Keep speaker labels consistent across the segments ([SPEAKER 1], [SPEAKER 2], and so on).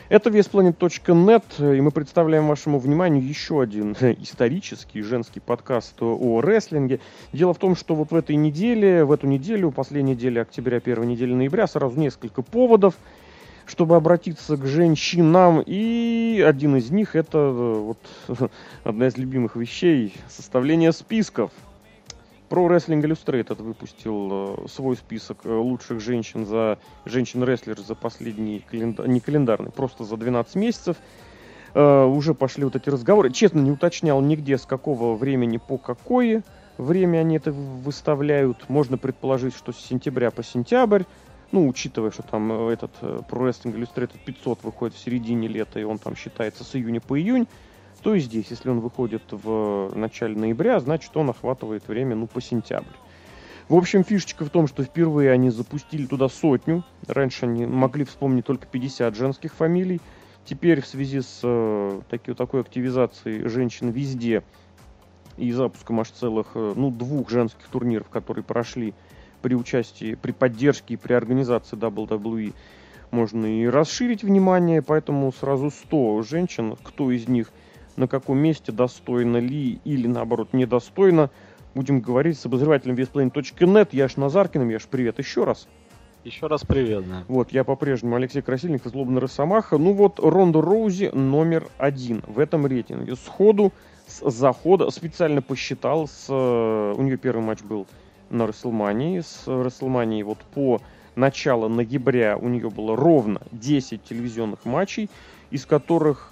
[SPEAKER 1] Это VSPlanet.net, и мы представляем вашему вниманию еще один исторический женский подкаст о рестлинге. Дело в том, что вот в эту неделю, последняя неделя октября, первая неделя ноября, сразу несколько поводов, чтобы обратиться к женщинам, и один из них это вот одна из любимых вещей — составление списков. Pro Wrestling Illustrated выпустил свой список лучших женщин-рестлеров за последний не календарный, просто за 12 месяцев. Уже пошли вот эти разговоры. Честно, не уточнял нигде, с какого времени по какое время они это выставляют. Можно предположить, что с сентября по сентябрь. Ну, учитывая, что там этот Pro Wrestling Illustrated 500 выходит в середине лета, и он там считается с июня по июнь, то и здесь, если он выходит в начале ноября, значит, он охватывает время, по сентябрь. В общем, фишечка в том, что впервые они запустили туда 100. Раньше они могли вспомнить только 50 женских фамилий. Теперь в связи с такой активизацией женщин везде и запуском аж целых, 2 женских турниров, которые прошли при участии, при поддержке и при организации WWE, можно и расширить внимание, поэтому сразу 100 женщин, кто из них на каком месте, достойно ли или наоборот недостойно, будем говорить с обозревателем VSPlanet.net. Яш Назаркиным. Яш, привет еще раз.
[SPEAKER 2] Еще раз привет, да.
[SPEAKER 1] Вот, я по-прежнему Алексей Красильников из Злобная Росомаха. Ронда Роузи номер 1 в этом рейтинге. Сходу, с захода, специально посчитал, у нее первый матч был на Рестлмании. С Рестлмании по начало ноября у нее было ровно 10 телевизионных матчей, из которых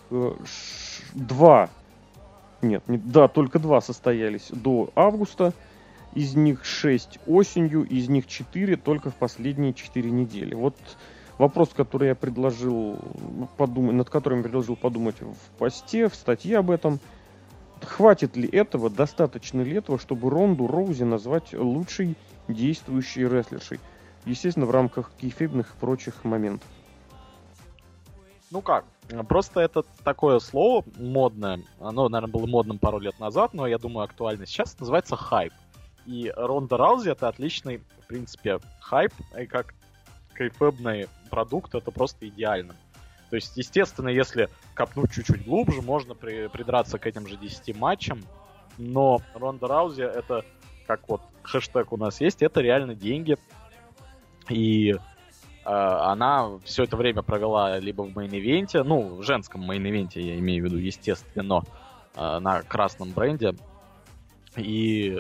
[SPEAKER 1] только 2 состоялись до августа, из них 6 осенью, из них 4 только в последние 4 недели. Вот вопрос, который я предложил подумать, над которым я предложил подумать в посте, в статье об этом. Хватит ли этого, достаточно ли этого, чтобы Ронду Роузи назвать лучшей действующей рестлершей? Естественно, в рамках кейфебных и прочих моментов.
[SPEAKER 2] Просто это такое слово модное. Оно, наверное, было модным пару лет назад, но я думаю, актуально сейчас. Называется хайп. И Ронда Раузи — это отличный, в принципе, хайп. И как кейфебный продукт это просто идеально. То есть, естественно, если копнуть чуть-чуть глубже, можно придраться к этим же 10 матчам. Но Ронда Раузи — это, как вот хэштег у нас есть, это реально деньги. И она все это время провела либо в мейн-ивенте, в женском мейн-ивенте, я имею в виду, естественно, на красном бренде. И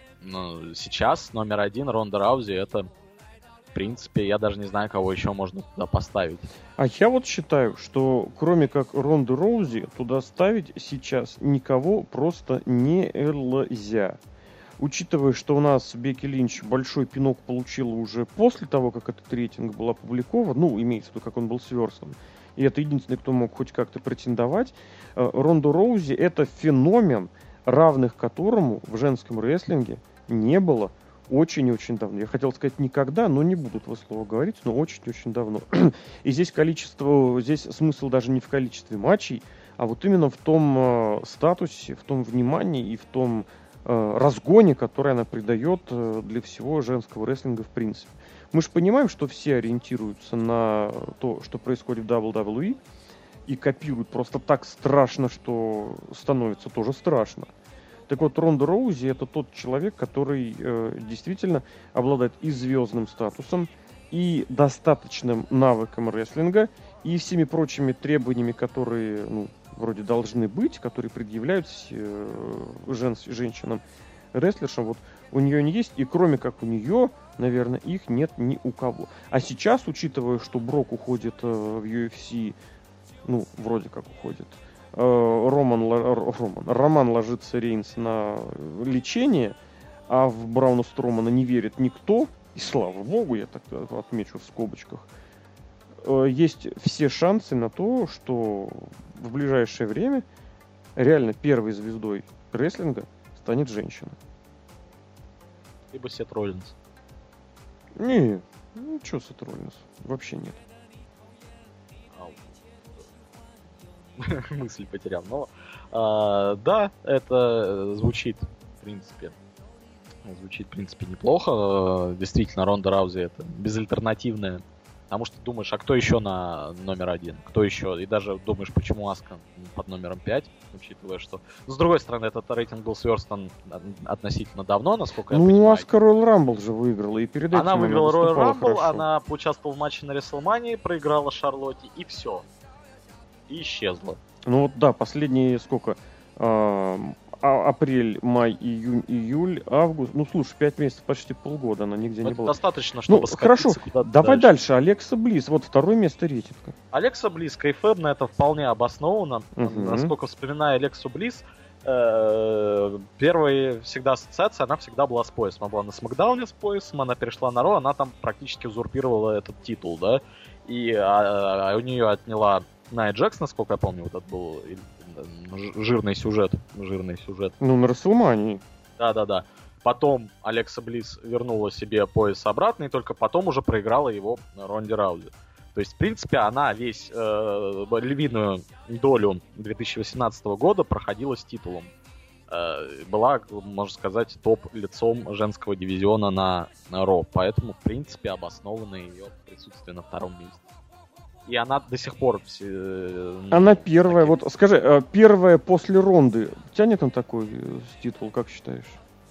[SPEAKER 2] сейчас номер 1 Ронда Раузи — это, в принципе, я даже не знаю, кого еще можно туда поставить.
[SPEAKER 1] А я вот считаю, что кроме как Ронды Роузи, туда ставить сейчас никого просто нельзя. Учитывая, что у нас Бекки Линч большой пинок получила уже после того, как этот рейтинг был опубликован, имеется в виду, как он был сверстан, и это единственный, кто мог хоть как-то претендовать, Ронда Роузи — это феномен, равных которому в женском рестлинге не было очень-очень давно. Я хотел сказать никогда, но не буду этого слова говорить, но очень-очень давно. И здесь смысл даже не в количестве матчей, а вот именно в том статусе, в том внимании и в том разгоне, который она придает для всего женского рестлинга в принципе. Мы же понимаем, что все ориентируются на то, что происходит в WWE, и копируют просто так страшно, что становится тоже страшно. Так вот, Ронда Роузи — это тот человек, который действительно обладает и звездным статусом, и достаточным навыком рестлинга, и всеми прочими требованиями, которые, вроде должны быть, которые предъявляются женщинам рестлершам. Вот у нее они есть, и кроме как у нее, наверное, их нет ни у кого. А сейчас, учитывая, что Брок уходит в UFC, вроде как уходит, Роман ложится Рейнс на лечение, а в Брауна Стромана не верит никто, и слава богу, я так отмечу в скобочках, есть все шансы на то, что в ближайшее время реально первой звездой рестлинга станет женщина.
[SPEAKER 2] Либо Сет Роллинс.
[SPEAKER 1] Не, что Сет Роллинс? Вообще нет.
[SPEAKER 2] Мысль потерял. Но да, это звучит, в принципе, неплохо. Действительно, Ронда Раузи — это безальтернативная Потому что думаешь, а кто еще на номер 1? Кто еще? И даже думаешь, почему Аска под номером 5, учитывая, что... С другой стороны, этот рейтинг был сверстан относительно давно, насколько я понимаю.
[SPEAKER 1] Ну, Аска Royal Rumble же выиграла, и перед этим
[SPEAKER 2] она выиграла Royal Rumble,
[SPEAKER 1] хорошо.
[SPEAKER 2] она поучаствовала в матче на WrestleMania, проиграла Шарлотте, и все. И исчезла.
[SPEAKER 1] Ну вот да, последние сколько? Апрель, май, июнь, июль, август. Ну, слушай, 5 месяцев, почти полгода она нигде не была.
[SPEAKER 2] Достаточно, чтобы
[SPEAKER 1] хорошо, давай дальше. Алекса Блисс, вот второе место рейтинга.
[SPEAKER 2] Алекса Блисс, кейфэбно, это вполне обосновано. Насколько вспоминаю Алексу Блисс, первая всегда ассоциация, она всегда была с поясом. Она была на Смакдауне с поясом, она перешла на Ро, она там практически узурпировала этот титул, да. И у нее отняла Найя Джекс, насколько я помню, вот это был жирный сюжет.
[SPEAKER 1] Ну, на Расселмании.
[SPEAKER 2] Да. Потом Алекса Блисс вернула себе пояс обратно, и только потом уже проиграла его Ронде Раузи. То есть, в принципе, она львиную долю 2018 года проходила с титулом. Была, можно сказать, топ-лицом женского дивизиона на Ро. Поэтому, в принципе, обосновано ее присутствие на втором месте. И она до сих пор...
[SPEAKER 1] Она первая, вот скажи, первая после Ронды тянет на такой титул, как считаешь?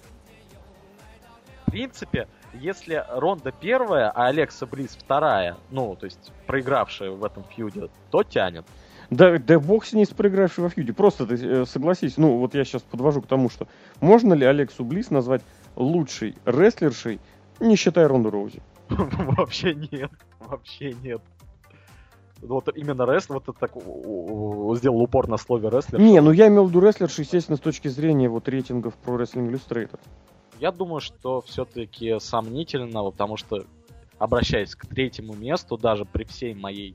[SPEAKER 2] В принципе, если Ронда первая, а Алекса Блисс вторая, ну, то есть проигравшая в этом фьюде, то тянет.
[SPEAKER 1] Да бог с ней, с проигравшей во фьюде. Просто ты согласись, ну, вот я сейчас подвожу к тому, что можно ли Алексу Блисс назвать лучшей рестлершей, не считая Ронду Роузи?
[SPEAKER 2] Вообще нет. Вот именно рестлер, вот это так сделал упор на слове рестлер.
[SPEAKER 1] Не, ну я имел в виду рестлерши, естественно, с точки зрения вот рейтингов Pro Wrestling Illustrated.
[SPEAKER 2] Я думаю, что все-таки сомнительно, потому что, обращаясь к третьему месту, даже при всей моей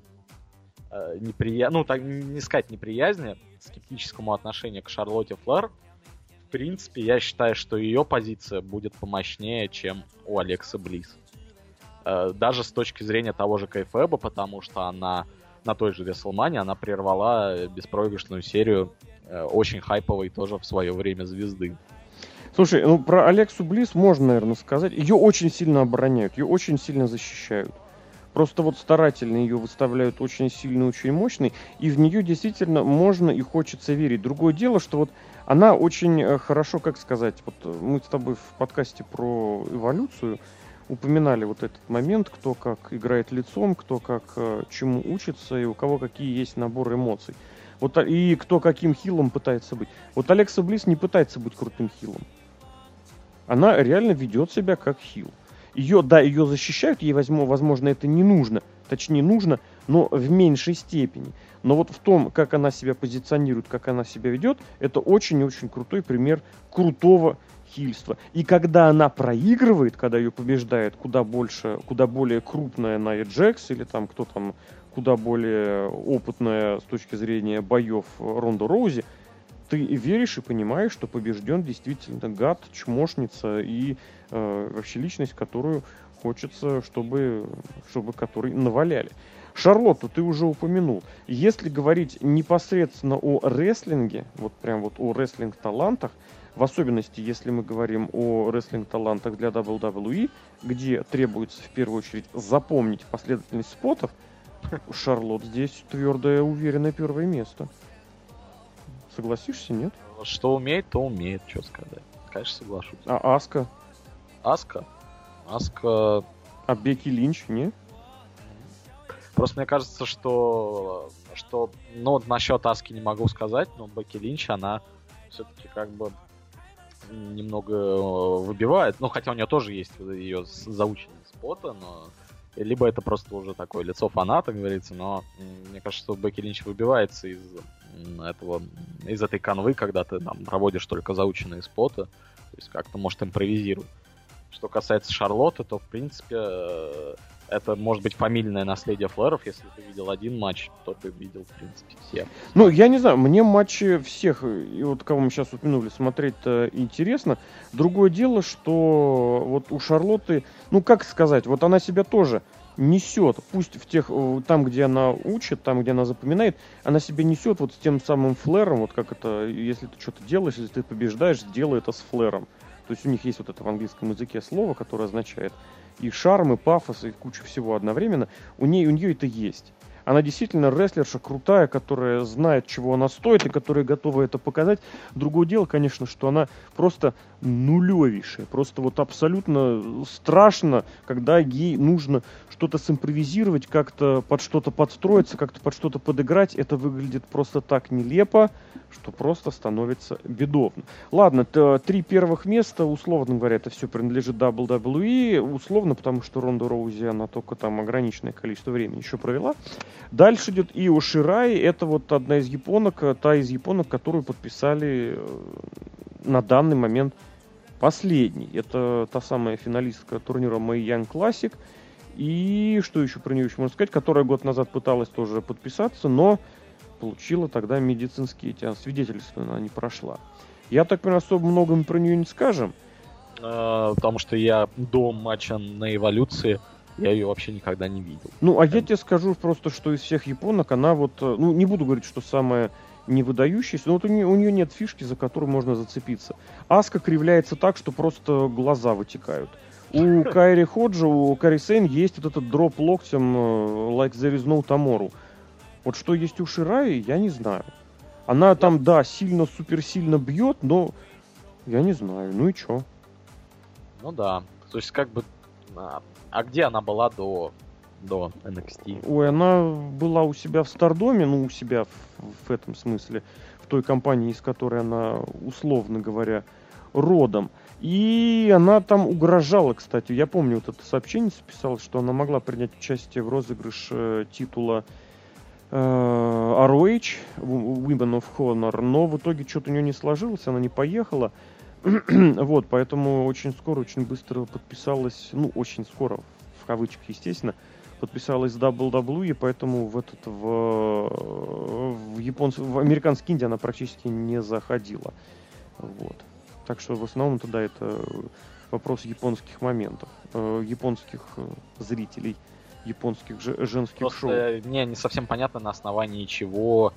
[SPEAKER 2] не сказать неприязни, скептическому отношению к Шарлотте Флэр, в принципе, я считаю, что ее позиция будет помощнее, чем у Алексы Блисс. Даже с точки зрения того же Кейфэба, потому что она на той же WrestleMania она прервала беспроигрышную серию очень хайповой тоже в свое время звезды.
[SPEAKER 1] Слушай, ну про Алексу Блисс можно, наверное, сказать. Ее очень сильно обороняют, ее очень сильно защищают. Просто вот старательно ее выставляют очень сильной, очень мощной, и в нее действительно можно и хочется верить. Другое дело, что вот она очень хорошо, как сказать, вот мы с тобой в подкасте про эволюцию упоминали вот этот момент, кто как играет лицом, кто как чему учится, и у кого какие есть наборы эмоций. Вот, и кто каким хилом пытается быть. Вот Алекса Блисс не пытается быть крутым хилом. Она реально ведет себя как хил. Ее защищают, ей, возможно, это не нужно. Точнее, нужно, но в меньшей степени. Но вот в том, как она себя позиционирует, как она себя ведет, это очень-очень крутой пример крутого хильства. И когда она проигрывает, когда ее побеждает куда более крупная Найя Джекс, или там кто там куда более опытная с точки зрения боев Ронда Роузи, ты веришь и понимаешь, что побежден действительно гад, чмошница и вообще личность, которую хочется, чтобы которой наваляли. Шарлотту ты уже упомянул. Если говорить непосредственно о рестлинге, вот прям вот о рестлинг-талантах, в особенности, если мы говорим о рестлинг-талантах для WWE, где требуется в первую очередь запомнить последовательность спотов, Шарлотт здесь твердое, уверенное первое место. Согласишься, нет?
[SPEAKER 2] Что умеет, то умеет, что сказать. Конечно, соглашусь.
[SPEAKER 1] А Аска?
[SPEAKER 2] Аска?
[SPEAKER 1] А Бекки Линч, не?
[SPEAKER 2] Просто мне кажется, что ну, насчет Аски не могу сказать, но Бекки Линч, она все-таки как бы немного выбивает. Ну, хотя у нее тоже есть ее заученные споты, но либо это просто уже такое лицо фаната, говорится, но мне кажется, что Бекки Линч выбивается из этой канвы, когда ты там проводишь только заученные споты, то есть как-то, может, импровизируй. Что касается Шарлотты, то, в принципе, это может быть фамильное наследие Флэров. Если ты видел один матч, то ты видел, в принципе, все.
[SPEAKER 1] Ну, я не знаю, мне матчи всех, и вот кого мы сейчас упомянули, смотреть-то интересно. Другое дело, что вот у Шарлотты, ну, как сказать, вот она себя тоже несет, пусть там, где она учит, там, где она запоминает, она себя несет вот с тем самым флэром, вот как это, если ты что-то делаешь, если ты побеждаешь, сделай это с флэром. То есть у них есть вот это в английском языке слово, которое означает и шарм, и пафос, и куча всего одновременно. У нее это есть. Она действительно рестлерша крутая, которая знает, чего она стоит, и которая готова это показать. Другое дело, конечно, что она просто нулевейшая. Просто вот абсолютно страшно, когда ей нужно что-то симпровизировать, как-то под что-то подстроиться, как-то под что-то подыграть. Это выглядит просто так нелепо, что просто становится бедовно. Ладно, 3 первых места, условно говоря, это все принадлежит WWE. Условно, потому что Ронда Роузи, она только там ограниченное количество времени еще провела. Дальше идет Ио Ширай. Это вот одна из японок, та из японок, которую подписали на данный момент последний. Это та самая финалистка турнира Mae Young Classic. И что еще про нее еще можно сказать, которая год назад пыталась тоже подписаться, но получила тогда медицинские эти свидетельства, она не прошла. Я так понимаю, особо много мы про нее не скажем.
[SPEAKER 2] Потому что я до матча на эволюции я ее вообще никогда не видел.
[SPEAKER 1] Ну, а я тебе скажу просто, что из всех японок она вот, ну, не буду говорить, что самая не выдающаяся, но вот у нее нет фишки, за которую можно зацепиться. Аска кривляется так, что просто глаза вытекают. У Кайри Ходжи, у Кари Сейн есть вот этот дроп локтем like there is no tomorrow. Вот что есть у Шираи, я не знаю. Она там, да, сильно, суперсильно бьет, но я не знаю, ну и чё?
[SPEAKER 2] Ну да, то есть как бы... А где она была до NXT?
[SPEAKER 1] Ой, она была у себя в Стардоме, ну, у себя в этом смысле, в той компании, из которой она, условно говоря, родом. И она там угрожала, кстати. Я помню, вот это сообщение писалось, что она могла принять участие в розыгрыше титула ROH, Women of Honor, но в итоге что-то у нее не сложилось, она не поехала. Вот, поэтому очень скоро, очень быстро подписалась, ну, очень скоро, в кавычках, естественно, подписалась в WWE, поэтому в американский инди она практически не заходила. Вот. Так что в основном тогда это вопрос японских моментов, японских зрителей, японских женских
[SPEAKER 2] просто
[SPEAKER 1] шоу.
[SPEAKER 2] Мне не совсем понятно, на основании чего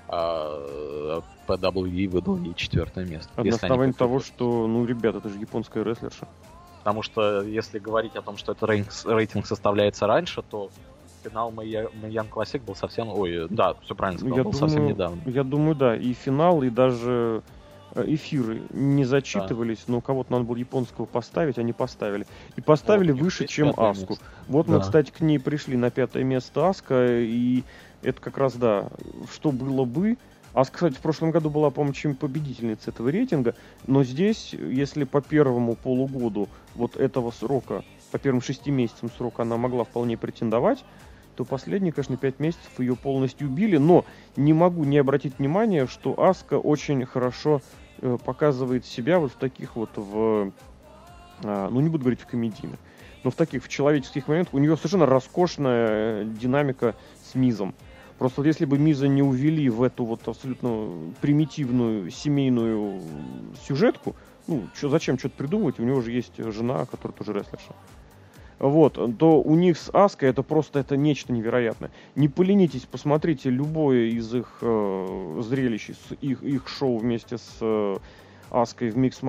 [SPEAKER 2] PWE выдал ей 4 место.
[SPEAKER 1] На основании того, что, ну, ребята, это же японская рестлерша.
[SPEAKER 2] Потому что, если говорить о том, что этот рейтинг составляется раньше, то финал Mae Young Classic был совсем... Ой, да, все правильно сказал, был совсем недавно.
[SPEAKER 1] Я думаю, да. И финал, и даже эфиры не зачитывались, но кого-то надо было японского поставить, они поставили. И поставили вот, выше, чем Аску. Вот да. Мы, кстати, к ней пришли на 5-е место Аска, и это как раз, да, что было бы. Аска, кстати, в прошлом году была, по-моему, победительницей этого рейтинга, но здесь, если по первому полугоду вот этого срока, по первым 6 месяцам срока она могла вполне претендовать, то последние, конечно, 5 месяцев ее полностью убили, но не могу не обратить внимание, что Аска очень хорошо показывает себя вот в таких вот, ну не буду говорить в комедийных, но в таких, в человеческих моментах. У нее совершенно роскошная динамика с Мизом. Просто вот если бы Миза не увели в эту вот абсолютно примитивную семейную сюжетку, ну, зачем что-то придумывать, у него же есть жена, которая тоже рестлерша. Вот, то у них с Аской это просто это нечто невероятное. Не поленитесь, посмотрите любое из их зрелищ, их шоу вместе с Аской в Mixed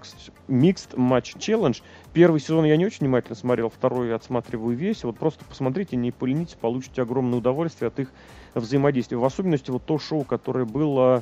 [SPEAKER 1] Match Challenge. Первый сезон я не очень внимательно смотрел, второй отсматриваю весь. Вот просто посмотрите, не поленитесь, получите огромное удовольствие от их взаимодействия. В особенности вот то шоу, которое было,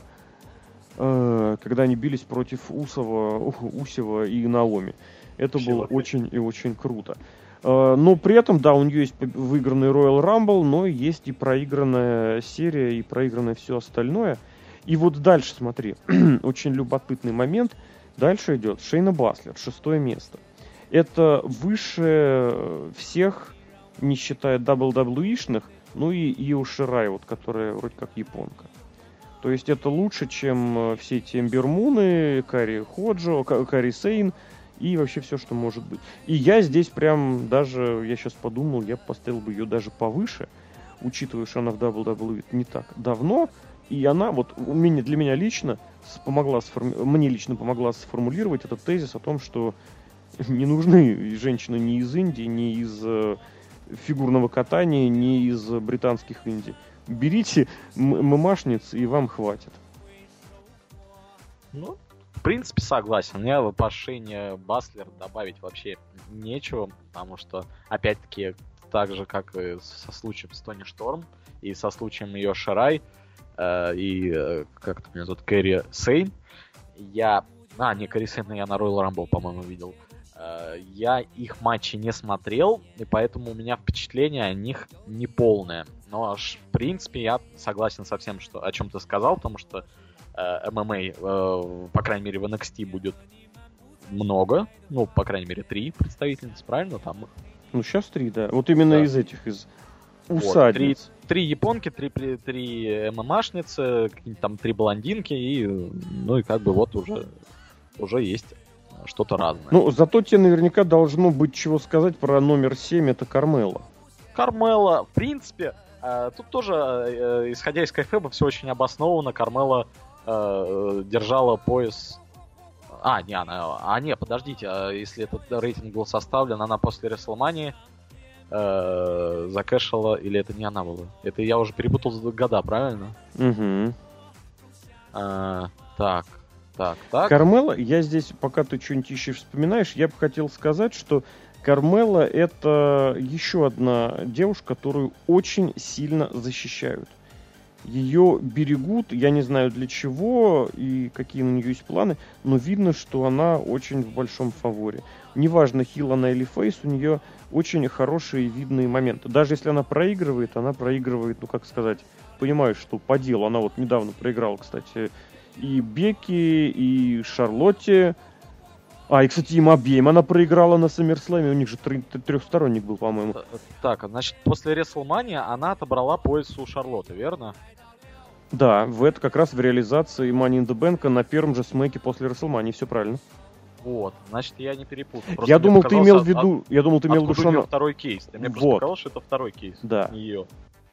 [SPEAKER 1] когда они бились против Усева и Наоми. Это было очень и очень круто. Но при этом, да, у нее есть выигранный Royal Rumble, но есть и проигранная серия, и проигранное все остальное. И вот дальше, смотри, очень любопытный момент. Дальше идет Шейна Баслер, 6-е место. Это выше всех, не считая WWE-шных, ну и Ио Ширай, вот, которая вроде как японка. То есть это лучше, чем все эти Эмбер Муны, Кари Ходжо, Кари Сейн и вообще все, что может быть. И я здесь прям даже, я сейчас подумал, я поставил бы ее даже повыше, учитывая, что она в WWE не так давно. И она вот для меня лично мне лично помогла сформулировать этот тезис о том, что не нужны женщины ни из Индии, ни из фигурного катания, ни из британских инди. Берите мамашниц, и вам хватит.
[SPEAKER 2] Ну, В принципе, согласен. Мне по Шейне Баслер добавить вообще нечего, потому что, опять-таки, так же, как и со случаем с Тони Шторм, и со случаем ее Шарай, как это меня зовут, Кэрри Сейн, не Кэрри Сейн, я на Royal Rumble, по-моему, видел. Я их матчи не смотрел, и поэтому у меня впечатление о них не полное. Но, в принципе, я согласен со всем, о чем ты сказал, потому что ММА, по крайней мере, в NXT будет много. Ну, по крайней мере, 3 представительницы, правильно? Там их.
[SPEAKER 1] Ну, сейчас 3, да. Вот именно из усадниц.
[SPEAKER 2] Вот, 3 японки, 3 ММАшницы, какие-нибудь там 3 блондинки, и как бы вот уже есть что-то разное.
[SPEAKER 1] Ну, зато тебе наверняка должно быть чего сказать про номер 7, это Кармелла.
[SPEAKER 2] Кармелла, в принципе, тут тоже, исходя из кайфеба, все очень обосновано. Кармелла держала пояс... подождите, если этот рейтинг был составлен, она после Рестлмании закэшила, или это не она была? Это я уже перепутал года, правильно?
[SPEAKER 1] Угу.
[SPEAKER 2] Так.
[SPEAKER 1] Кармелла, я здесь, пока ты что-нибудь еще вспоминаешь, я бы хотел сказать, что Кармелла это еще одна девушка, которую очень сильно защищают. Ее берегут, я не знаю для чего и какие на нее есть планы, но видно, что она очень в большом фаворе. Неважно, хил она или фейс, у нее очень хорошие видные моменты. Даже если она проигрывает, ну как сказать, понимаешь, что по делу. Она вот недавно проиграла, кстати, и Бекки, и Шарлотте. И, кстати, им обеим она проиграла на SummerSlam. У них же трехсторонник был, по-моему.
[SPEAKER 2] Так, значит, после WrestleMania она отобрала пояс у Шарлотты, верно?
[SPEAKER 1] Да, это как раз в реализации Money in the Bank на первом же смеке после WrestleMania. Все правильно.
[SPEAKER 2] Вот, значит, я не перепутал.
[SPEAKER 1] Просто я думал, ты имел в виду... Я думал, ты имел в виду, что она...
[SPEAKER 2] второй кейс. Ты мне просто сказал, что это второй кейс.
[SPEAKER 1] Да.
[SPEAKER 2] Ее.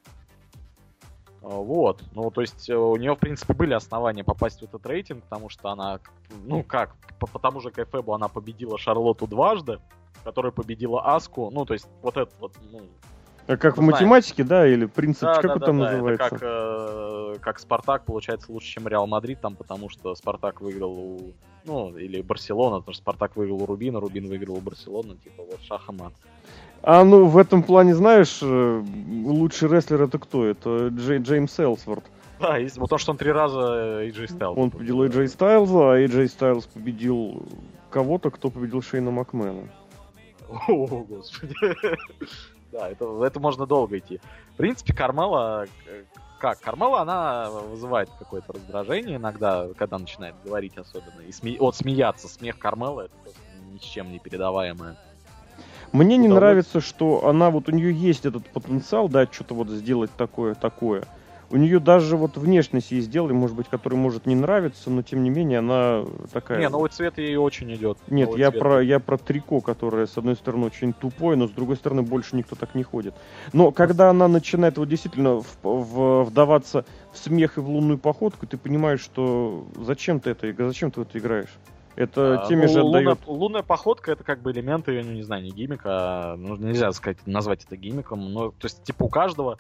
[SPEAKER 2] Вот. Ну, то есть, у нее, в принципе, были основания попасть в этот рейтинг, потому что она, по тому же КФБу она победила Шарлотту дважды, которая победила Аску. Ну, то есть, вот этот вот,
[SPEAKER 1] как в математике, да, или принцип, как там называется?
[SPEAKER 2] Это как Спартак, получается, лучше, чем Реал Мадрид, там, потому что Спартак выиграл или Барселона, потому что Спартак выиграл у Рубина, Рубин выиграл у Барселоны, типа, вот шах и мат.
[SPEAKER 1] В этом плане, знаешь, лучший рестлер это кто? Это Джеймс Элсворт.
[SPEAKER 2] Да, потому что он 3 раза AJ Styles.
[SPEAKER 1] Он победил AJ Styles, а AJ Styles победил кого-то, кто победил Шейна Макмена.
[SPEAKER 2] О, господи. Да, это можно долго идти. В принципе, Кармелла, она вызывает какое-то раздражение иногда, когда начинает говорить особенно. И смеяться. Смех Кармеллы это просто ни с чем не передаваемое.
[SPEAKER 1] Мне не нравится, что она, у нее есть этот потенциал, да, что-то сделать такое. У нее даже внешность есть дело, может быть, который может не нравиться, но тем не менее она такая...
[SPEAKER 2] Не, новый цвет ей очень идет.
[SPEAKER 1] Нет, я про трико, которое, с одной стороны, очень тупое, но с другой стороны, больше никто так не ходит. Но когда она начинает действительно вдаваться в смех и в лунную походку, ты понимаешь, что зачем ты в это играешь? Это теми же отдает...
[SPEAKER 2] Лунная походка — это как бы элемент ее, не знаю, не гиммика, нельзя назвать это гиммиком, но, то есть, типа, у каждого,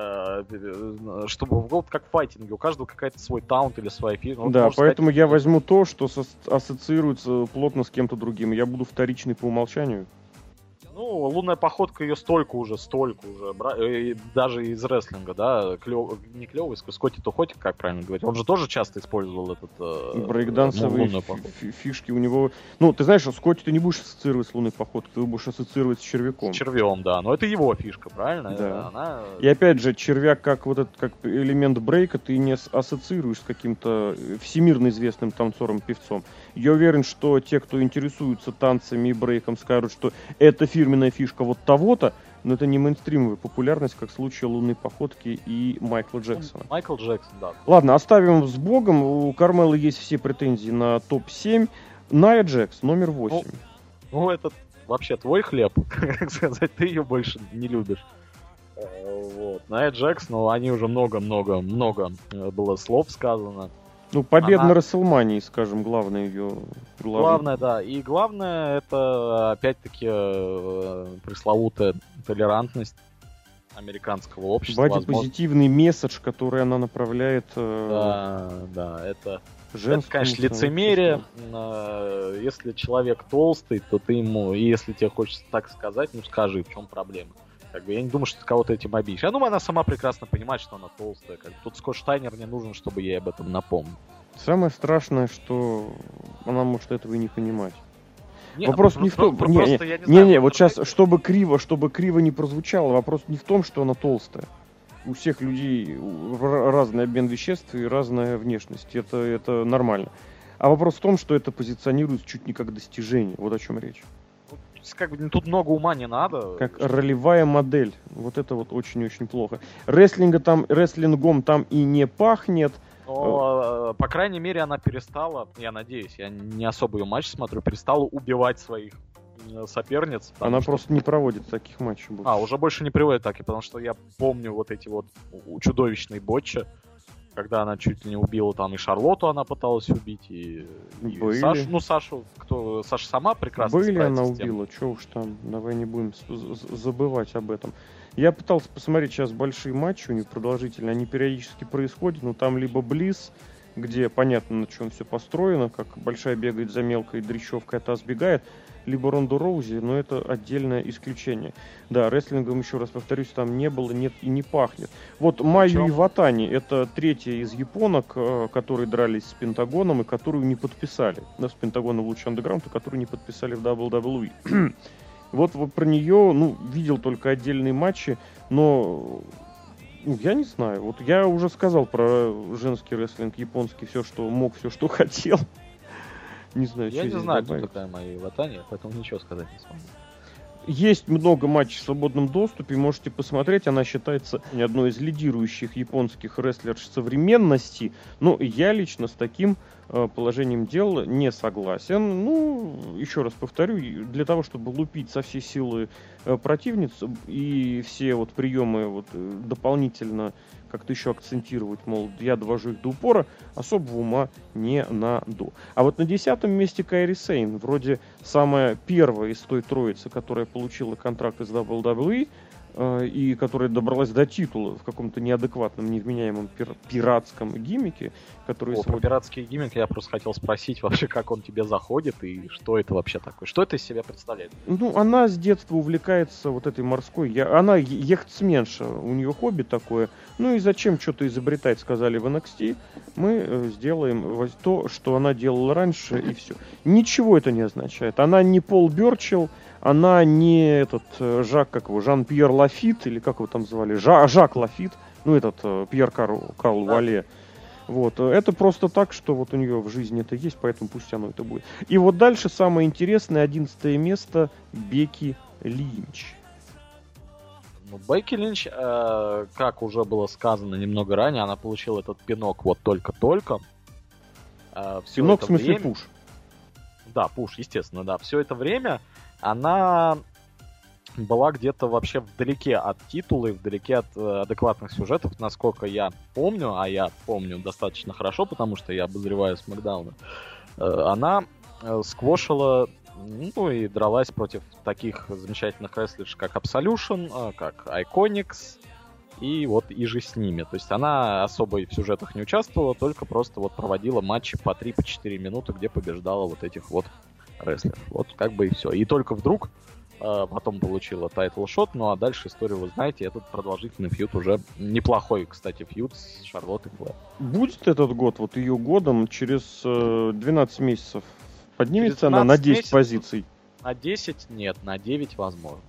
[SPEAKER 2] чтобы как в файтинге, у каждого какая-то свой таунт или своя фишка.
[SPEAKER 1] Да, поэтому я возьму то, что ассоциируется плотно с кем-то другим. Я буду вторичный по умолчанию.
[SPEAKER 2] Лунная походка ее столько уже, даже из рестлинга, да, не клевый, Скотти Тухотик, как правильно говорить, он же тоже часто использовал этот
[SPEAKER 1] брейкдансовые фишки у него. Ты знаешь, Скотти ты не будешь ассоциировать с лунной походкой, ты будешь ассоциировать с червяком.
[SPEAKER 2] С червем, да, но это его фишка, правильно?
[SPEAKER 1] Да. И опять же, червяк как как элемент брейка ты не ассоциируешь с каким-то всемирно известным танцором-певцом. Я уверен, что те, кто интересуются танцами и брейком, скажут, что это фирменная фишка того-то, но это не мейнстримовая популярность, как в случае лунной походки и Майкла Джексона.
[SPEAKER 2] Майкл Джексон, да.
[SPEAKER 1] Ладно, оставим с богом. У Кармеллы есть все претензии на топ-7. Ная Джекс, номер 8.
[SPEAKER 2] Это вообще твой хлеб, как сказать, ты ее больше не любишь. Ная Джекс, они уже много было слов сказано.
[SPEAKER 1] Победа на Расселмании, скажем, главное ее...
[SPEAKER 2] Главное, да. И главное, это, опять-таки, пресловутая толерантность американского общества.
[SPEAKER 1] Позитивный месседж, который она направляет.
[SPEAKER 2] Да, это Это, конечно, лицемерие. Если человек толстый, то ты ему, и если тебе хочется так сказать, ну скажи, в чем проблема. Как бы, я не думаю, что ты кого-то этим обидишь. Я думаю, она сама прекрасно понимает, что она толстая. Как бы, тут Скотт Штайнер не нужен, чтобы ей об этом напомнить.
[SPEAKER 1] Самое страшное, что она может этого и не понимать.
[SPEAKER 2] Нет,
[SPEAKER 1] вопрос не в том... Не, вот сейчас, чтобы криво не прозвучало, вопрос не в том, что она толстая. У всех людей разный обмен веществ и разная внешность. Это нормально. А вопрос в том, что это позиционируется чуть не как достижение. Вот о чем речь.
[SPEAKER 2] Как бы тут много ума не надо.
[SPEAKER 1] Как ролевая модель. Вот это вот очень-очень плохо. Рестлингом там и не пахнет.
[SPEAKER 2] Но, по крайней мере, она перестала, я надеюсь, я не особо ее матч смотрю, перестала убивать своих соперниц.
[SPEAKER 1] Она просто не проводит таких матчей больше.
[SPEAKER 2] Уже больше не приводит так, потому что я помню вот эти вот чудовищные ботчи, когда она чуть ли не убила там и Шарлотту она пыталась убить, и Сашу. Ну, Саша сама прекрасно
[SPEAKER 1] Были она убила, что уж там, давай не будем забывать об этом. Я пытался посмотреть сейчас большие матчи, у них продолжительные, они периодически происходят, но там либо Близ, где понятно, на чем все построено, как большая бегает за мелкой дрищевкой, а та сбегает, либо Ронда Роузи, но это отдельное исключение. Да, рестлингом, еще раз повторюсь, там не было, нет и не пахнет. Вот Майю Иватани, это третья из японок, которые дрались с Пентагоном и которую не подписали. С Пентагоном в лучший андеграунд, и которую не подписали в WWE. Вот про нее, видел только отдельные матчи, но я не знаю. Вот я уже сказал про женский рестлинг японский все, что мог, все, что хотел. Не знаю,
[SPEAKER 2] я не знаю, кто такая Майя Иватани, поэтому ничего сказать не смогу.
[SPEAKER 1] Есть много матчей в свободном доступе, можете посмотреть. Она считается одной из лидирующих японских рестлерш современности. Но я лично с таким положением дел не согласен. Еще раз повторю, для того, чтобы лупить со всей силы противниц и все вот приемы дополнительно как-то еще акцентировать, мол, я довожу их до упора, особого ума не надо. А вот на 10-м месте Кайри Сейн, вроде самая первая из той троицы, которая получила контракт из WWE, и которая добралась до титула в каком-то неадекватном, невменяемом пиратском гиммике, который...
[SPEAKER 2] Про пиратский гиммик я просто хотел спросить вообще, как он тебе заходит и что это вообще такое? Что это из себя представляет?
[SPEAKER 1] Она с детства увлекается вот этой морской... Она яхтсменша, у нее хобби такое. И зачем что-то изобретать, сказали в NXT. Мы сделаем то, что она делала раньше, и все. Ничего это не означает. Она не Пол Бёрчилл, она не Жан-Пьер Лафит, или как его там звали, Жак Лафит, Пьер Карл Вале. Вот, это просто так, что вот у нее в жизни это есть, поэтому пусть оно это будет. И вот дальше самое интересное, 11 место, Бекки Линч.
[SPEAKER 2] Бекки Линч, как уже было сказано немного ранее, она получила этот пинок вот только-только.
[SPEAKER 1] Пинок в смысле пуш?
[SPEAKER 2] Да, пуш, естественно, да. Все это время она была где-то вообще вдалеке от титула и вдалеке от адекватных сюжетов, насколько я помню, а я помню достаточно хорошо, потому что я обозреваю Смэкдауна. Она сквошила, и дралась против таких замечательных рестлерш, как Absolution, как Iconics, и же с ними. То есть она особо в сюжетах не участвовала, только просто проводила матчи по 3-4 минуты, где побеждала вот этих рестлеров. Вот как бы и все. И только вдруг потом получила тайтл-шот, а дальше историю вы знаете, этот продолжительный фьюд уже неплохой, кстати, фьюд с Шарлоттой Флэр.
[SPEAKER 1] Будет этот год, ее годом, через 12 месяцев поднимется она на 10 месяцев, позиций?
[SPEAKER 2] На 10 нет, на 9 возможно.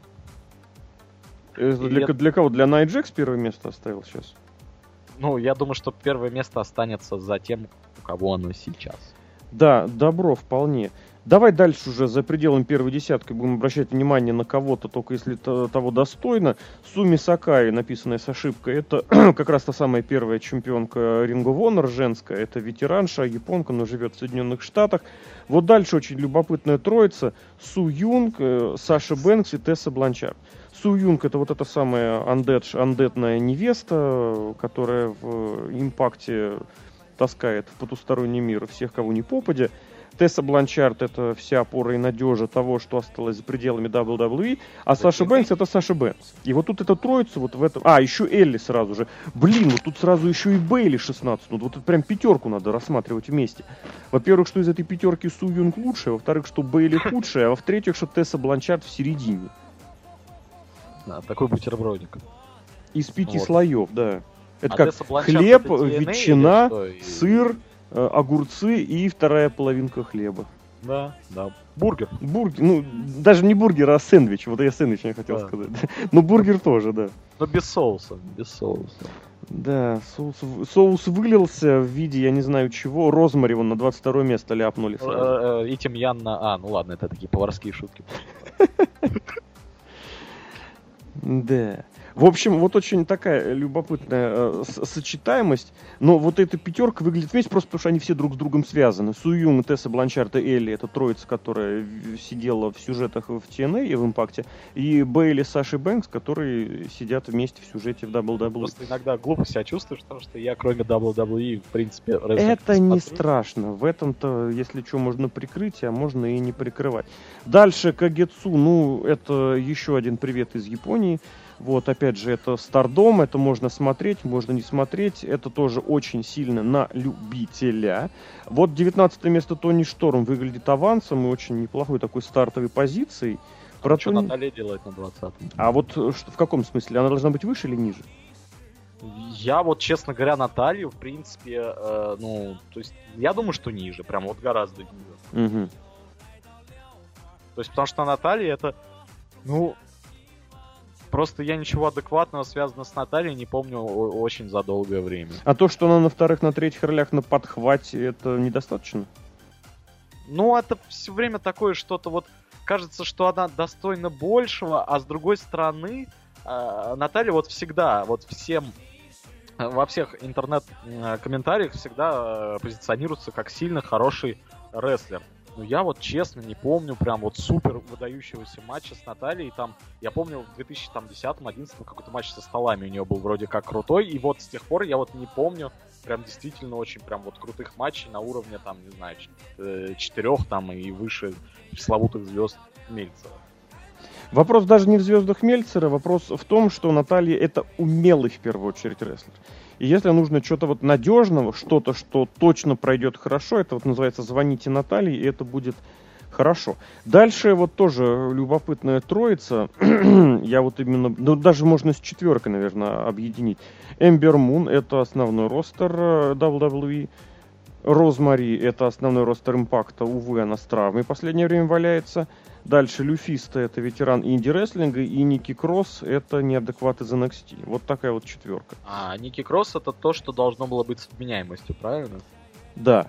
[SPEAKER 1] Для кого? Для Nia Jax первое место оставил сейчас?
[SPEAKER 2] Я думаю, что первое место останется за тем, у кого оно сейчас.
[SPEAKER 1] Да, добро, вполне. Давай дальше уже за пределами первой десятки будем обращать внимание на кого-то, только если того достойно. Суми Сакаи, написанная с ошибкой, это как раз та самая первая чемпионка Ring of Honor женская. Это ветеранша, японка, но живет в Соединенных Штатах. Вот дальше очень любопытная троица. Су Юнг, Саша Бэнкс и Тесса Бланчард. Су Юнг — это вот эта самая андетная невеста, которая в Импакте таскает в потусторонний мир всех, кого не попадя. Тесса Бланчард — это вся опора и надежа того, что осталось за пределами WWE, а Саша Бэнкс — это Саша Бэнкс. И вот тут эта троица вот в этом... А, еще Элли сразу же. Блин, вот тут сразу еще и Бейли 16. Ну, вот это прям пятерку надо рассматривать вместе. Во-первых, что из этой пятерки Су Юнг лучшая, во-вторых, что Бейли худшая, а во-третьих, что Тесса Бланчард в середине.
[SPEAKER 2] Да, такой бутербродик.
[SPEAKER 1] Из 5 слоев, да. Это как
[SPEAKER 2] Бланчард
[SPEAKER 1] хлеб,
[SPEAKER 2] это DNA
[SPEAKER 1] ветчина, сыр, огурцы и вторая половинка хлеба.
[SPEAKER 2] Да, да. Бургер.
[SPEAKER 1] Бургер, ну, даже не бургер, а сэндвич. Вот я сэндвич не хотел сказать. Но бургер тоже, да.
[SPEAKER 2] Но без соуса, без соуса.
[SPEAKER 1] Да, соус вылился в виде, я не знаю чего, розмари вон на 22 место ляпнули сразу.
[SPEAKER 2] И тимьян на... ну ладно, это такие поварские шутки.
[SPEAKER 1] Да. В общем, вот очень такая любопытная сочетаемость, но вот эта пятерка выглядит вместе просто потому, что они все друг с другом связаны. Су Юнг, Тесса Бланчард и Элли — это троица, которая сидела в сюжетах в TNA и в Импакте, и Бейли, Саши Бэнкс, которые сидят вместе в сюжете в WWE.
[SPEAKER 2] Просто иногда глупо себя чувствуешь, потому что я, кроме WWE, в принципе...
[SPEAKER 1] Это не страшно. В этом-то, если что, можно прикрыть, а можно и не прикрывать. Дальше Кагетсу, ну, это еще один привет из Японии. Вот, опять же, это Стардом, это можно смотреть, можно не смотреть, это тоже очень сильно на любителя. Вот 19 место Тони Шторм выглядит авансом и очень неплохой такой стартовой позицией.
[SPEAKER 2] Что Наталья делает на 20-м?
[SPEAKER 1] А вот в каком смысле? Она должна быть выше или ниже?
[SPEAKER 2] Я вот, честно говоря, Наталью, в принципе, то есть, я думаю, что ниже, прям вот гораздо ниже.
[SPEAKER 1] Угу.
[SPEAKER 2] То есть, потому что Наталья это, просто я ничего адекватного, связанного с Натальей, не помню очень за долгое время.
[SPEAKER 1] А то, что она на вторых, на третьих ролях на подхвате, это недостаточно?
[SPEAKER 2] Ну, это все время такое что-то вот... Кажется, что она достойна большего, а с другой стороны, Наталья вот всегда, вот всем... Во всех интернет-комментариях всегда позиционируется как сильно хороший рестлер. Но я вот честно не помню прям вот супер выдающегося матча с Натальей. Там, я помню, в 2010-2011 какой-то матч со столами у нее был вроде как крутой. И вот с тех пор я вот не помню прям действительно очень прям вот крутых матчей на уровне там, не знаю, 4 там и выше пресловутых звезд Мельцера.
[SPEAKER 1] Вопрос даже не в звездах Мельцера, вопрос в том, что Наталья это умелый в первую очередь рестлер. И если нужно что-то вот надежного, что-то, что точно пройдет хорошо, это вот называется «Звоните Наталье», и это будет хорошо. Дальше вот тоже любопытная троица. Я вот именно, даже можно с четверкой, наверное, объединить. Эмбер Мун — это основной ростер WWE. Розмари — это основной ростер Импакта. Увы, она с травмой в последнее время валяется. Дальше Люфиста — это ветеран инди-рестлинга, и Ники Кросс — это неадекват из NXT. Вот такая вот четверка.
[SPEAKER 2] А Ники Кросс — это то, что должно было быть с вменяемостью, правильно?
[SPEAKER 1] Да.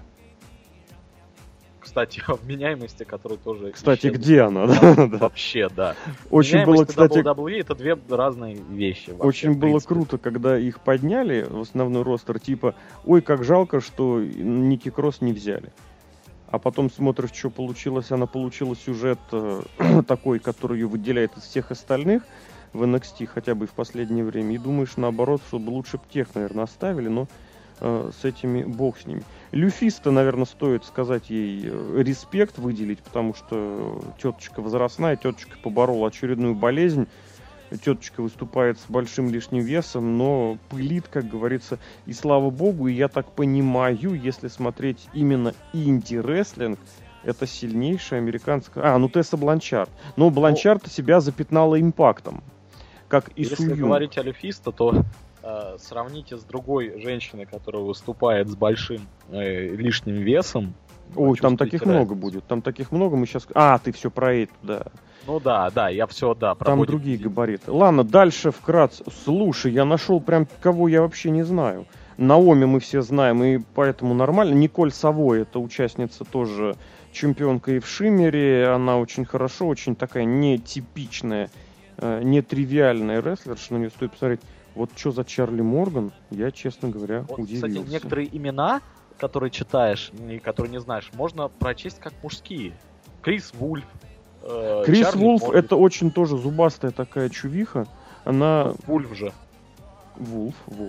[SPEAKER 2] Кстати, о вменяемости, которая тоже...
[SPEAKER 1] Кстати, где она? Да.
[SPEAKER 2] Вообще, да.
[SPEAKER 1] Очень было, кстати...
[SPEAKER 2] WWE — это две разные вещи. Вообще,
[SPEAKER 1] очень было круто, когда их подняли в основной ростер, типа, ой, как жалко, что Ники Кросс не взяли. А потом смотришь, что получилось. Она получила сюжет такой, который ее выделяет из всех остальных в NXT, хотя бы и в последнее время. И думаешь, наоборот, чтобы лучше бы тех, наверное, оставили, но с этими бог с ними. Люфиста, наверное, стоит сказать ей респект выделить, потому что теточка возрастная, теточка поборола очередную болезнь. Теточка выступает с большим лишним весом, но пылит, как говорится, и слава богу. И я так понимаю, если смотреть именно инди-рестлинг, это сильнейшая американская... Тесса Бланчард. Но Бланчард себя запятнала Импактом, как и Су Юнг.
[SPEAKER 2] Если говорить о Люфисто, то сравните с другой женщиной, которая выступает с большим лишним весом.
[SPEAKER 1] Ой, там таких много будет. Там таких много, мы сейчас... ты все про это, да.
[SPEAKER 2] Ну да, я все, да.
[SPEAKER 1] Там другие габариты. Ладно, дальше вкратце. Слушай, я нашел прям кого я вообще не знаю. Наоми мы все знаем, и поэтому нормально. Николь Савой, это участница тоже чемпионка и в Шиммере. Она очень хорошо, очень такая нетипичная, нетривиальная рестлерша. На нее стоит посмотреть. Вот что за Чарли Морган, я, честно говоря, удивился.
[SPEAKER 2] Кстати, некоторые имена, которые читаешь и которые не знаешь, можно прочесть как мужские. Крис Вульф.
[SPEAKER 1] Крис
[SPEAKER 2] Чарли
[SPEAKER 1] Вулф
[SPEAKER 2] Морган.
[SPEAKER 1] Это очень тоже зубастая такая чувиха. Она...
[SPEAKER 2] Вульф же.
[SPEAKER 1] Волк.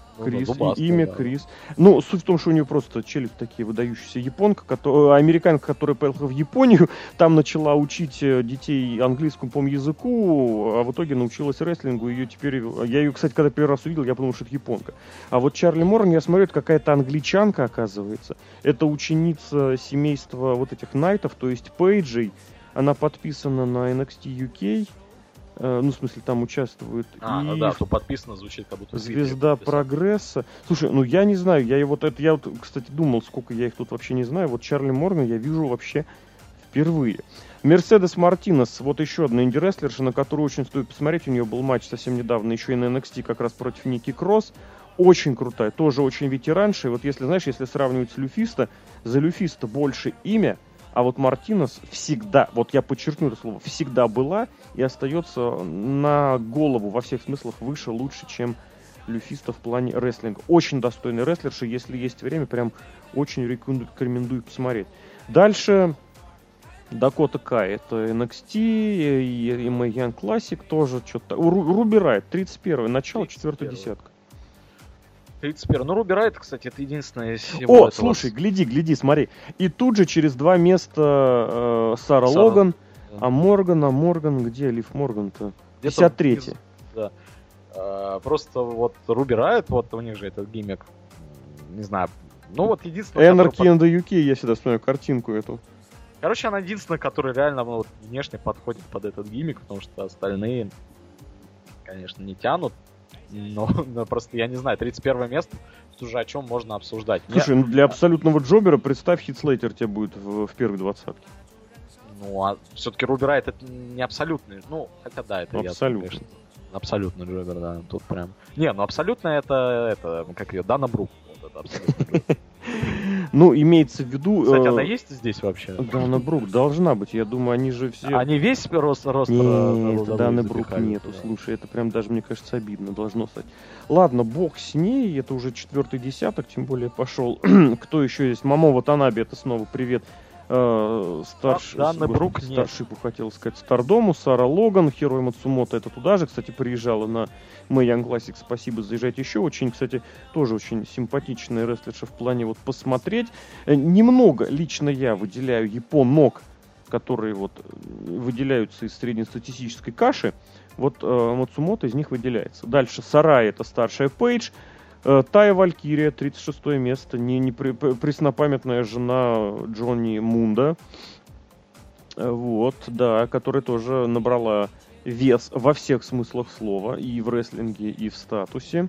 [SPEAKER 1] Крис,
[SPEAKER 2] зубастая,
[SPEAKER 1] имя
[SPEAKER 2] да.
[SPEAKER 1] Крис. Ну, суть в том, что у нее просто челюсть такие выдающиеся. Японка, американка, которая поехала в Японию, там начала учить детей английскому, по-моему, языку, а в итоге научилась рестлингу. Ее теперь, я ее, кстати, когда первый раз увидел, я подумал, что это японка. А вот Чарли Морган, я смотрю, это какая-то англичанка, оказывается. Это ученица семейства вот этих Найтов, то есть Пейджей. Она подписана на NXT UK. Ну, в смысле, там участвует.
[SPEAKER 2] Ну да, то подписано, звучит как будто...
[SPEAKER 1] Звезда прогресса. Слушай, ну я не знаю, я вот, кстати, думал, сколько я их тут вообще не знаю. Вот Чарли Морган я вижу вообще впервые. Мерседес Мартинес, вот еще одна инди-рестлерша, на которую очень стоит посмотреть. У нее был матч совсем недавно, еще и на NXT, как раз против Ники Кросс. Очень крутая, тоже очень ветеранша. И вот если, знаешь, если сравнивать с Люфисто, за Люфисто больше имя, а вот Мартинес всегда, вот я подчеркну это слово, всегда была и остается на голову во всех смыслах выше, лучше, чем Люфисто в плане рестлинга. Очень достойный рестлерша, если есть время, прям очень рекомендую посмотреть. Дальше Дакота Кай, это NXT и Mae Young Classic тоже что-то. Руби Райт, 31-й, начало 4-й десятка.
[SPEAKER 2] 31. Ну, Руби Райт, кстати, это единственное...
[SPEAKER 1] О, слушай, гляди, смотри. И тут же через 2 места Сара Логан, да. А Морган, где Лив Морган-то? 53-й.
[SPEAKER 2] Да. Просто вот Руби Райт, вот у них же этот гиммик, не знаю, ну вот единственное...
[SPEAKER 1] Anarchy in the UK, я всегда вспоминаю картинку эту.
[SPEAKER 2] Короче, она единственная, которая реально вот, внешне подходит под этот гиммик, потому что остальные, конечно, не тянут. Но просто, я не знаю, 31 место, тут уже о чем можно обсуждать.
[SPEAKER 1] Слушай, ну для абсолютного джобера, представь, Хит Слейтер тебе будет в первой двадцатке.
[SPEAKER 2] Ну, а все-таки Руби Райт это не абсолютный, ну, хотя да, это
[SPEAKER 1] абсолютно.
[SPEAKER 2] Конечно, абсолютный джобер, да, тут прям... Не, ну абсолютно это как ее, Дана Брук, вот это абсолютно.
[SPEAKER 1] Ну, имеется в виду...
[SPEAKER 2] Кстати, она есть здесь вообще?
[SPEAKER 1] Дана Брук должна быть, я думаю, они же все...
[SPEAKER 2] Они весь рост
[SPEAKER 1] Нет, Даны Брук нету, слушай, это прям даже, мне кажется, обидно должно стать. Ладно, бог с ней, это уже 4-й десяток, тем более пошел. Кто еще есть? Мамо Ватанаби, это снова привет. Старшипу хотел сказать, Стардому, Сара Логан, Хирой Мацумото, это туда же, кстати, приезжала на Mae Young Classic, спасибо, заезжайте еще, очень, кстати, тоже очень симпатичная рестлерша в плане вот посмотреть. Немного лично я выделяю японок, которые вот выделяются из среднестатистической каши, вот Мацумото из них выделяется. Дальше Сарай, это старшая Пейдж, Тая Валькирия, 36 место, преснопамятная жена Джонни Мунда, вот, да, которая тоже набрала вес во всех смыслах слова, и в рестлинге, и в статусе.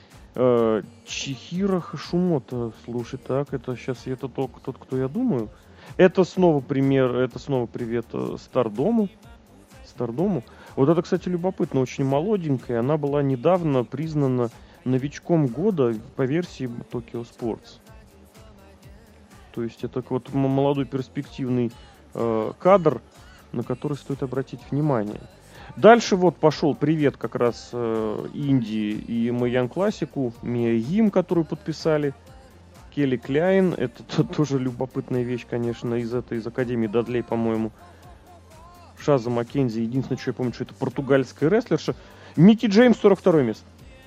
[SPEAKER 1] Чихиро Хашимото, слушай, так, это сейчас это тот, кто я думаю. Это снова привет Стардому. Вот это, кстати, любопытно, очень молоденькая, она была недавно признана новичком года по версии Tokyo Sports. То есть это вот молодой перспективный кадр, на который стоит обратить внимание. Дальше вот пошел привет как раз Индии и Mae Young Classic, Мия Йим, которую подписали, Келли Кляйн, это тоже любопытная вещь, конечно, из Академии Дадлей, по-моему. Шаза Маккензи, единственное, что я помню, что это португальская рестлерша. Микки Джеймс, 42 место.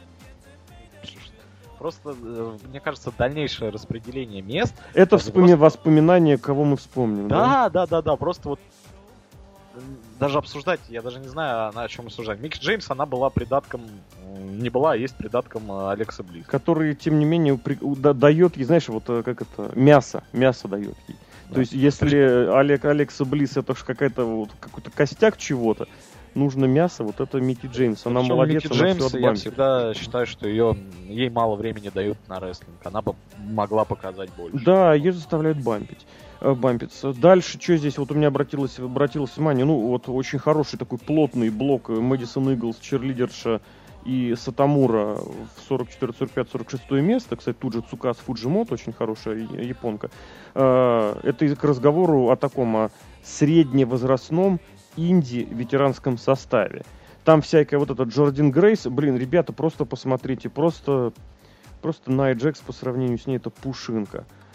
[SPEAKER 2] Просто, мне кажется, дальнейшее распределение мест...
[SPEAKER 1] Это воспоминание, кого мы вспомним.
[SPEAKER 2] Да, просто вот даже обсуждать, я даже не знаю, о чем обсуждать. Микки Джеймс, она была придатком, не была, а есть придатком Алекса Блисс.
[SPEAKER 1] Который, тем не менее, дает ей, знаешь, вот как это, мясо дает ей. Да. То есть, если Алекса Блисс это ж какой-то костяк чего-то, нужно мясо, вот это Микки Джеймс. Она молодец,
[SPEAKER 2] Микки Джеймс, я всегда считаю, что ей мало времени дают на рестлинг. Она бы могла показать больше. Да,
[SPEAKER 1] ее заставляют бампиться. Дальше, что здесь, вот у меня обратилось внимание, ну, вот очень хороший такой плотный блок Мэдисон Иглс, черлидерша и Сатамура в 44, 45, 46 место. Кстати, тут же Цукас Фуджимото, очень хорошая японка. Это к разговору о таком средневозрастном инди-ветеранском составе. Там всякая вот эта Джордан Грейс. Блин, ребята, просто посмотрите. Просто Найя Джекс по сравнению с ней это пушинка.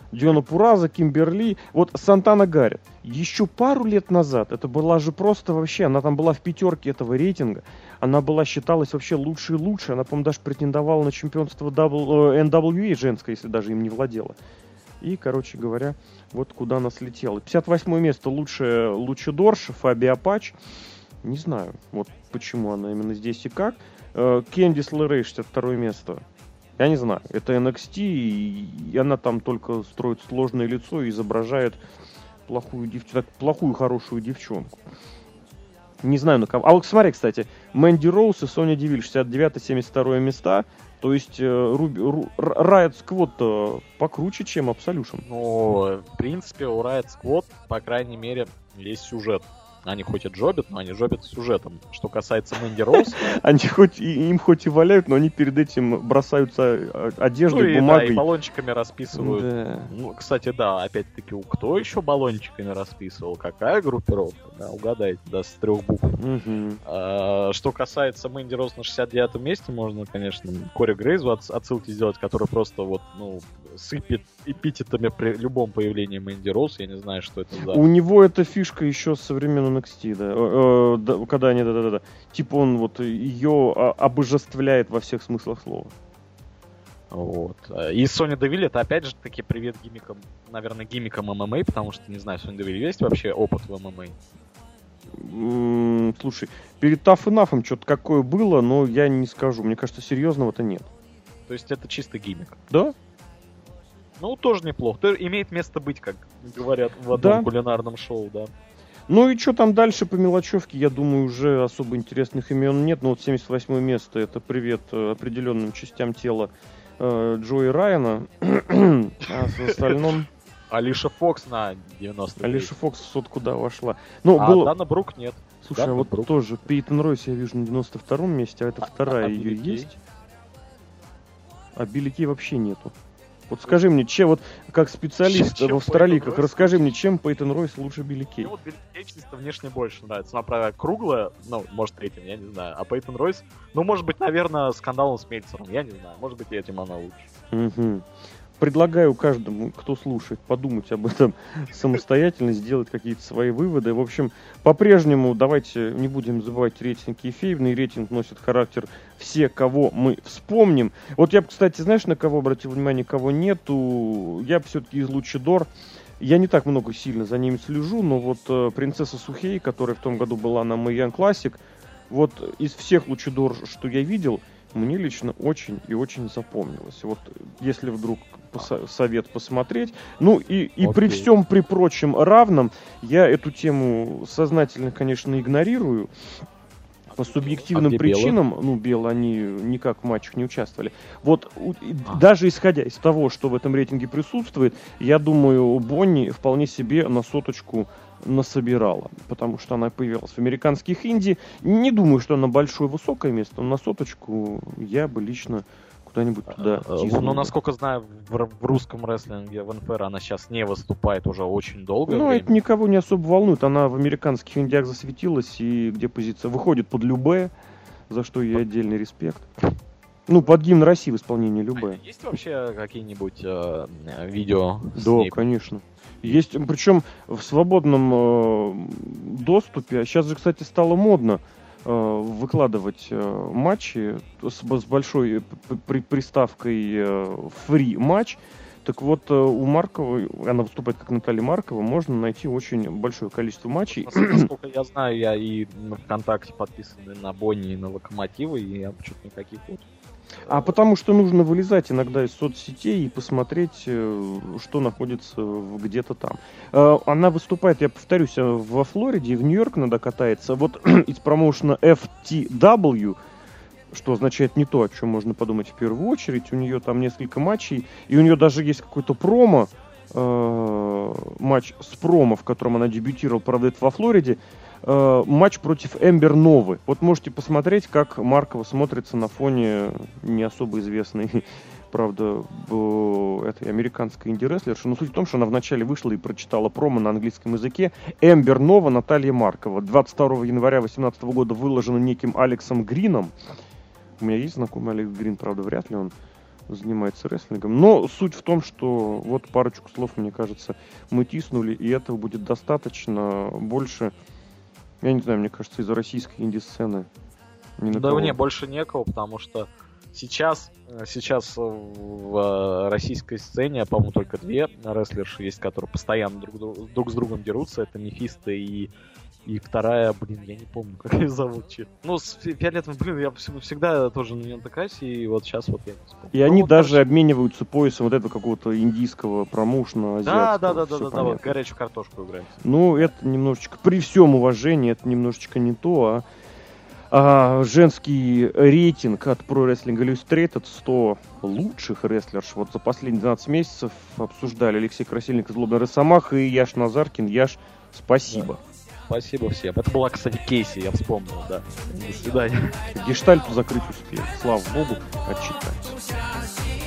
[SPEAKER 1] Диона Пураза, Кимберли. Вот Сантана Гаррет. Еще пару лет назад это была же просто вообще... Она там была в пятерке этого рейтинга. Она считалась вообще лучше и лучше. Она, по-моему, даже претендовала на чемпионство NWA женское, если даже им не владела. И, короче говоря, вот куда она слетела. 58 место Лучидорша, Фаби Апач. Не знаю, вот почему она именно здесь и как. Кэндис Лерей, 62 место. Я не знаю, это NXT, и она там только строит сложное лицо и изображает плохую, хорошую девчонку. Не знаю на кого. А вот смотри, кстати, Мэнди Роуз и Соня Девиль, 69-72 места. То есть Riot Squad покруче, чем Absolution.
[SPEAKER 2] Ну, в принципе, у Riot Squad, по крайней мере, есть сюжет. Они хоть и джобят, но они джобят с сюжетом. Что касается Мэнди Роуз...
[SPEAKER 1] Им хоть и валяют, но они перед этим бросаются одеждой, бумагой.
[SPEAKER 2] Да, и баллончиками расписывают. Да. Ну, кстати, да, опять-таки, кто еще баллончиками расписывал? Какая группировка? Да, угадайте, да, с 3 букв. Что касается Мэнди Роуз на 69-м месте, можно, конечно, Кори Грейзу отсылки сделать, который просто вот, ну, сыпет эпитетами при любом появлении Мэнди Роуз. Я не знаю, что это за...
[SPEAKER 1] У него эта фишка еще со времен NXT, да. Когда они, да. Типа он вот ее обожествляет во всех смыслах слова.
[SPEAKER 2] Вот. И Соня Девиль, это опять же таки привет гиммикам, наверное, гиммикам ММА, потому что, не знаю, Соня Девиль есть вообще опыт в ММА?
[SPEAKER 1] Слушай, перед Tough Enough что-то какое было, но я не скажу. Мне кажется, серьезного-то нет.
[SPEAKER 2] То есть это чисто гиммик?
[SPEAKER 1] Да.
[SPEAKER 2] Ну, тоже неплохо. Имеет место быть, как говорят в одном кулинарном шоу, да.
[SPEAKER 1] Ну и что там дальше по мелочевке, я думаю, уже особо интересных имен нет. Но вот 78 место, это привет определенным частям тела Джои Райана. А в остальном...
[SPEAKER 2] Алиша Фокс на 90.
[SPEAKER 1] Алиша Фокс в сотку, да, вошла.
[SPEAKER 2] Дана Брук нет.
[SPEAKER 1] Слушай, а вот тоже Пейтон Ройс я вижу на 92-м месте, а это вторая ее есть. А Билли Кей вообще нету. Вот скажи мне, вот как специалист в австралийках, расскажи мне, чем Пейтон Ройс лучше Билли Кей?
[SPEAKER 2] Мне вот Билли Кей чисто внешне больше нравится. Она, правда, круглая, ну, может, третьим, я не знаю. А Пейтон Ройс, ну, может быть, наверное, скандалом с Мельцером, я не знаю. Может быть, этим она лучше.
[SPEAKER 1] Угу. Предлагаю каждому, кто слушает, подумать об этом самостоятельно, сделать какие-то свои выводы. В общем, по-прежнему давайте не будем забывать рейтинг кейфейбный. Рейтинг носит характер все, кого мы вспомним. Вот я бы, кстати, знаешь, на кого обратил внимание, кого нету? Я бы все-таки из Лучидор. Я не так много сильно за ними слежу, но вот принцесса Сухей, которая в том году была на Mae Young Classic, вот из всех Лучидор, что я видел, мне лично очень и очень запомнилось. Вот если вдруг совет посмотреть. Ну и при всем при прочем равном, я эту тему сознательно, конечно, игнорирую. По субъективным причинам, Бело, они никак в матчах не участвовали. Вот даже исходя из того, что в этом рейтинге присутствует, я думаю, Бонни вполне себе на соточку насобирала, потому что она появилась в американских инди. Не думаю, что она большое высокое место, но на соточку я бы лично куда-нибудь туда тиснул.
[SPEAKER 2] Ну, насколько знаю, в русском рестлинге в НФР она сейчас не выступает уже очень долго.
[SPEAKER 1] Ну, это никого не особо волнует. Она в американских индиях засветилась, и где позиция выходит под Любе, за что ей отдельный респект. Ну, под гимн России в исполнении Любе.
[SPEAKER 2] Есть вообще какие-нибудь видео?
[SPEAKER 1] Да, конечно. Есть, причем в свободном доступе. Сейчас же, кстати, стало модно выкладывать матчи с большой приставкой free матч. Так вот, у Марковой, она выступает как Наталья Маркова, можно найти очень большое количество матчей.
[SPEAKER 2] Насколько я знаю, я и на ВКонтакте подписан на Бонни, и на Локомотивы, и я что-то никаких вот.
[SPEAKER 1] А потому что нужно вылезать иногда из соцсетей и посмотреть, что находится где-то там. Она выступает, я повторюсь, во Флориде, и в Нью-Йорк надо катается. Вот из промоушена FTW, что означает не то, о чем можно подумать в первую очередь. У нее там несколько матчей, и у нее даже есть какой-то промо, матч с промо, в котором она дебютировала, правда, это во Флориде. Матч против Эмбер Новы. Вот можете посмотреть, как Маркова смотрится на фоне не особо известной, правда, этой американской инди-рестлерши. Но суть в том, что она вначале вышла и прочитала промо на английском языке. Эмбер Нова, Наталья Маркова. 22 января 2018 года выложена неким Алексом Грином. У меня есть знакомый Алекс Грин, правда, вряд ли он занимается рестлингом. Но суть в том, что вот парочку слов, мне кажется, мы тиснули, и этого будет достаточно. Больше, я не знаю, мне кажется, из-за российской инди-сцены
[SPEAKER 2] Да мне больше некого, потому что сейчас в российской сцене, по-моему, только две рестлерши есть, которые постоянно друг с другом дерутся. Это Мефисто и вторая, я не помню, как ее зовут. Ну, с фиолетовым, я всегда тоже на нее натыкаюсь, и вот сейчас вот я не вспомню.
[SPEAKER 1] И они даже обмениваются поясом вот этого какого-то индийского промоушена азиатского.
[SPEAKER 2] Да, вот горячую картошку играют.
[SPEAKER 1] Ну, это немножечко, при всем уважении, это немножечко не то, женский рейтинг от Pro Wrestling Illustrated 100 лучших рестлерш вот за последние 12 месяцев обсуждали Алексей Красильник, Злобный Росомаха и Яш Назаркин. Яш, спасибо.
[SPEAKER 2] Да. Спасибо всем. Это была, кстати, Кейси, я вспомнил, да. До свидания.
[SPEAKER 1] Гештальт закрыть успели. Слава богу, отчитались.